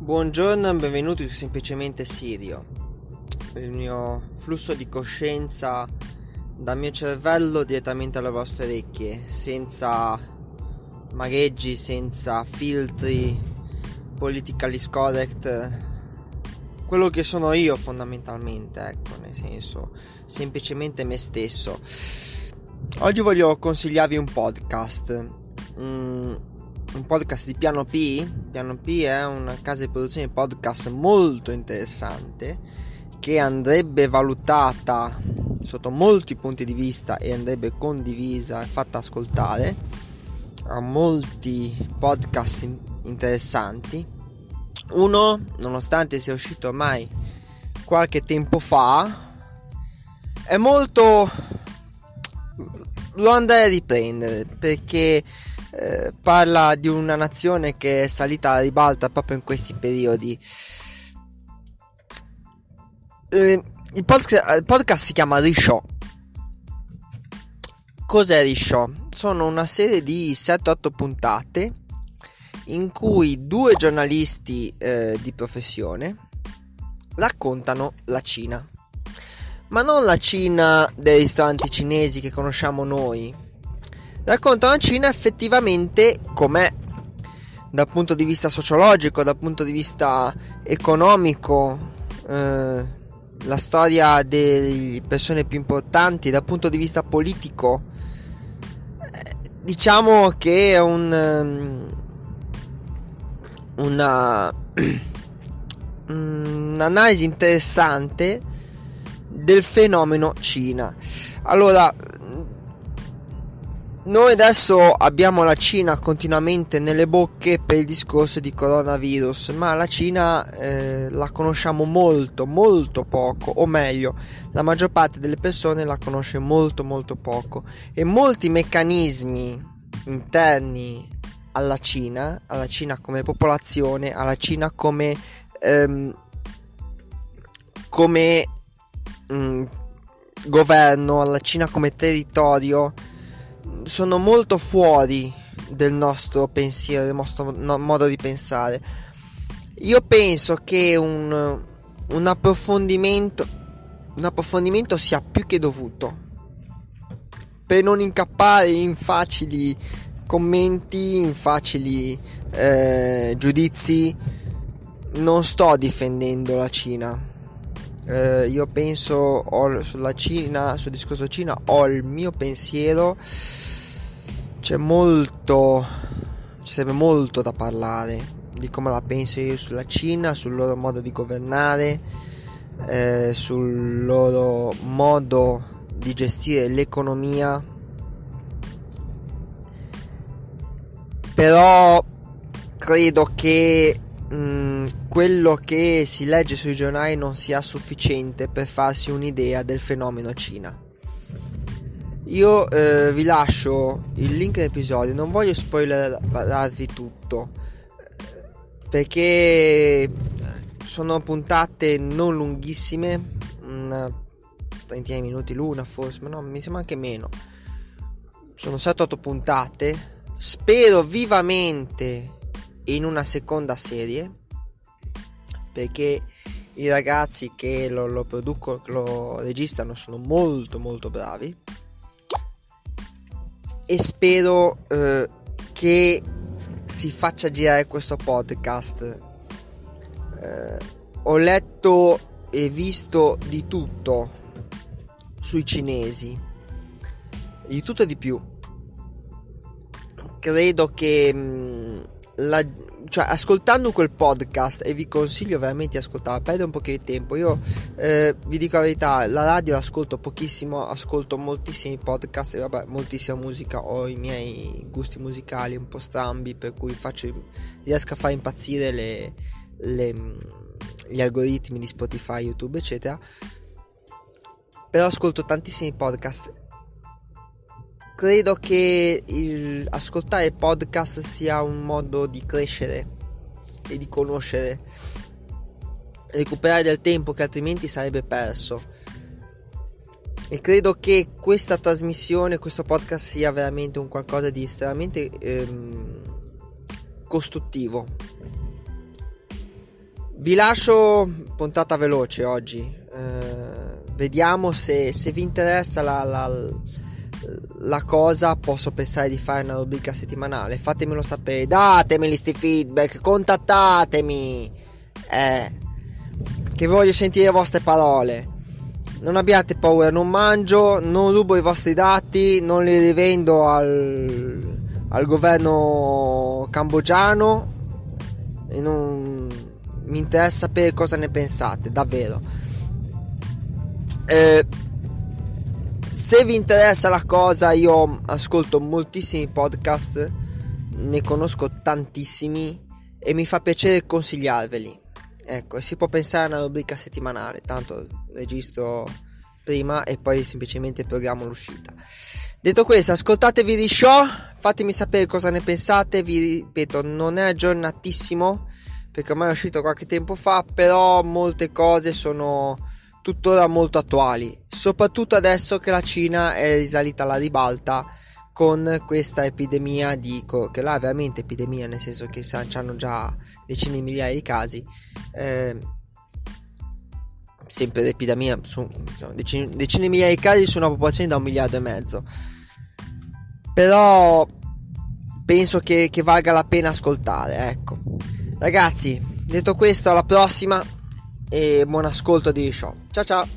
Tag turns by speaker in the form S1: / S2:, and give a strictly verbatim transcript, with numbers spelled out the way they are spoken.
S1: Buongiorno e benvenuti su Semplicemente Sirio, il mio flusso di coscienza dal mio cervello direttamente alle vostre orecchie, senza magheggi, senza filtri, politically correct, quello che sono io fondamentalmente, ecco, nel senso, semplicemente me stesso. Oggi voglio consigliarvi un podcast, mm, un podcast di Piano P. Piano P è una casa di produzione di podcast molto interessante che andrebbe valutata sotto molti punti di vista e andrebbe condivisa e fatta ascoltare. Ha molti podcast interessanti. Uno, nonostante sia uscito ormai qualche tempo fa, è molto... lo andrei a riprendere perché eh, parla di una nazione che è salita alla ribalta proprio in questi periodi. Eh, il, podcast, il podcast si chiama Risciò. Cos'è Risciò? Sono una serie di sette otto puntate in cui due giornalisti eh, di professione raccontano la Cina. Ma non la Cina dei ristoranti cinesi che conosciamo noi. Raccontano la Cina effettivamente com'è, dal punto di vista sociologico, dal punto di vista economico, eh, la storia delle persone più importanti, dal punto di vista politico. Eh, diciamo che è un um, una un'analisi interessante del fenomeno Cina. Allora, noi adesso abbiamo la Cina continuamente nelle bocche per il discorso di coronavirus, ma la Cina eh, la conosciamo molto molto poco, o meglio, la maggior parte delle persone la conosce molto molto poco, e molti meccanismi interni alla Cina, alla Cina come popolazione, alla Cina come ehm, come mh, governo, alla Cina come territorio, sono molto fuori del nostro pensiero, del nostro no, modo di pensare. Io penso che un, un approfondimento un approfondimento sia più che dovuto, per non incappare in facili commenti, in facili eh, giudizi. Non sto difendendo la Cina. Eh, io penso ho, sulla Cina, sul discorso Cina ho il mio pensiero. C'è molto, ci serve molto da parlare di come la penso io sulla Cina, sul loro modo di governare, eh, sul loro modo di gestire l'economia. Però credo che mh, quello che si legge sui giornali non sia sufficiente per farsi un'idea del fenomeno Cina. Io eh, vi lascio il link dell'episodio, non voglio spoilerarvi tutto perché sono puntate non lunghissime, una trentina di minuti l'una forse, ma no, mi sembra anche meno. Sono sette otto puntate, spero vivamente in una seconda serie, perché i ragazzi che lo, lo producono, lo registrano, sono molto molto bravi. E spero eh, che si faccia girare questo podcast. Eh, ho letto e visto di tutto sui cinesi, di tutto e di più. Credo che mh, la, cioè, ascoltando quel podcast, e vi consiglio veramente di ascoltarlo, perde un pochino di tempo. Io eh, vi dico la verità, la radio l'ascolto pochissimo, ascolto moltissimi podcast e vabbè, moltissima musica. Ho i miei gusti musicali un po' strambi, per cui faccio, riesco a far impazzire le, le, gli algoritmi di Spotify, YouTube eccetera. Però ascolto tantissimi podcast. Credo che il ascoltare podcast sia un modo di crescere e di conoscere, recuperare del tempo che altrimenti sarebbe perso. E credo che questa trasmissione, questo podcast sia veramente un qualcosa di estremamente ehm, costruttivo. vi lascio puntata veloce oggi. Eh, vediamo se, se vi interessa la, la, la cosa. Posso pensare di fare una rubrica settimanale. Fatemelo sapere, datemeli sti feedback, contattatemi, eh, che voglio sentire le vostre parole. Non abbiate paura, non mangio, non rubo i vostri dati, non li rivendo al, al governo cambogiano e non mi interessa sapere cosa ne pensate, davvero. Eh, se vi interessa la cosa, io ascolto moltissimi podcast, ne conosco tantissimi e mi fa piacere consigliarveli. Ecco, si può pensare a una rubrica settimanale, tanto registro prima e poi semplicemente programmo l'uscita. Detto questo, ascoltatevi di show, fatemi sapere cosa ne pensate. Vi ripeto, non è aggiornatissimo perché ormai è uscito qualche tempo fa, però molte cose sono tuttora molto attuali, soprattutto adesso che la Cina è risalita alla ribalta con questa epidemia di che là è veramente epidemia, nel senso che hanno già decine di migliaia di casi, eh, sempre l'epidemia su, insomma, decine, decine di migliaia di casi su una popolazione da un miliardo e mezzo. Però penso che, che valga la pena ascoltare, ecco. Ragazzi, detto questo, alla prossima e buon ascolto di show. Ciao ciao.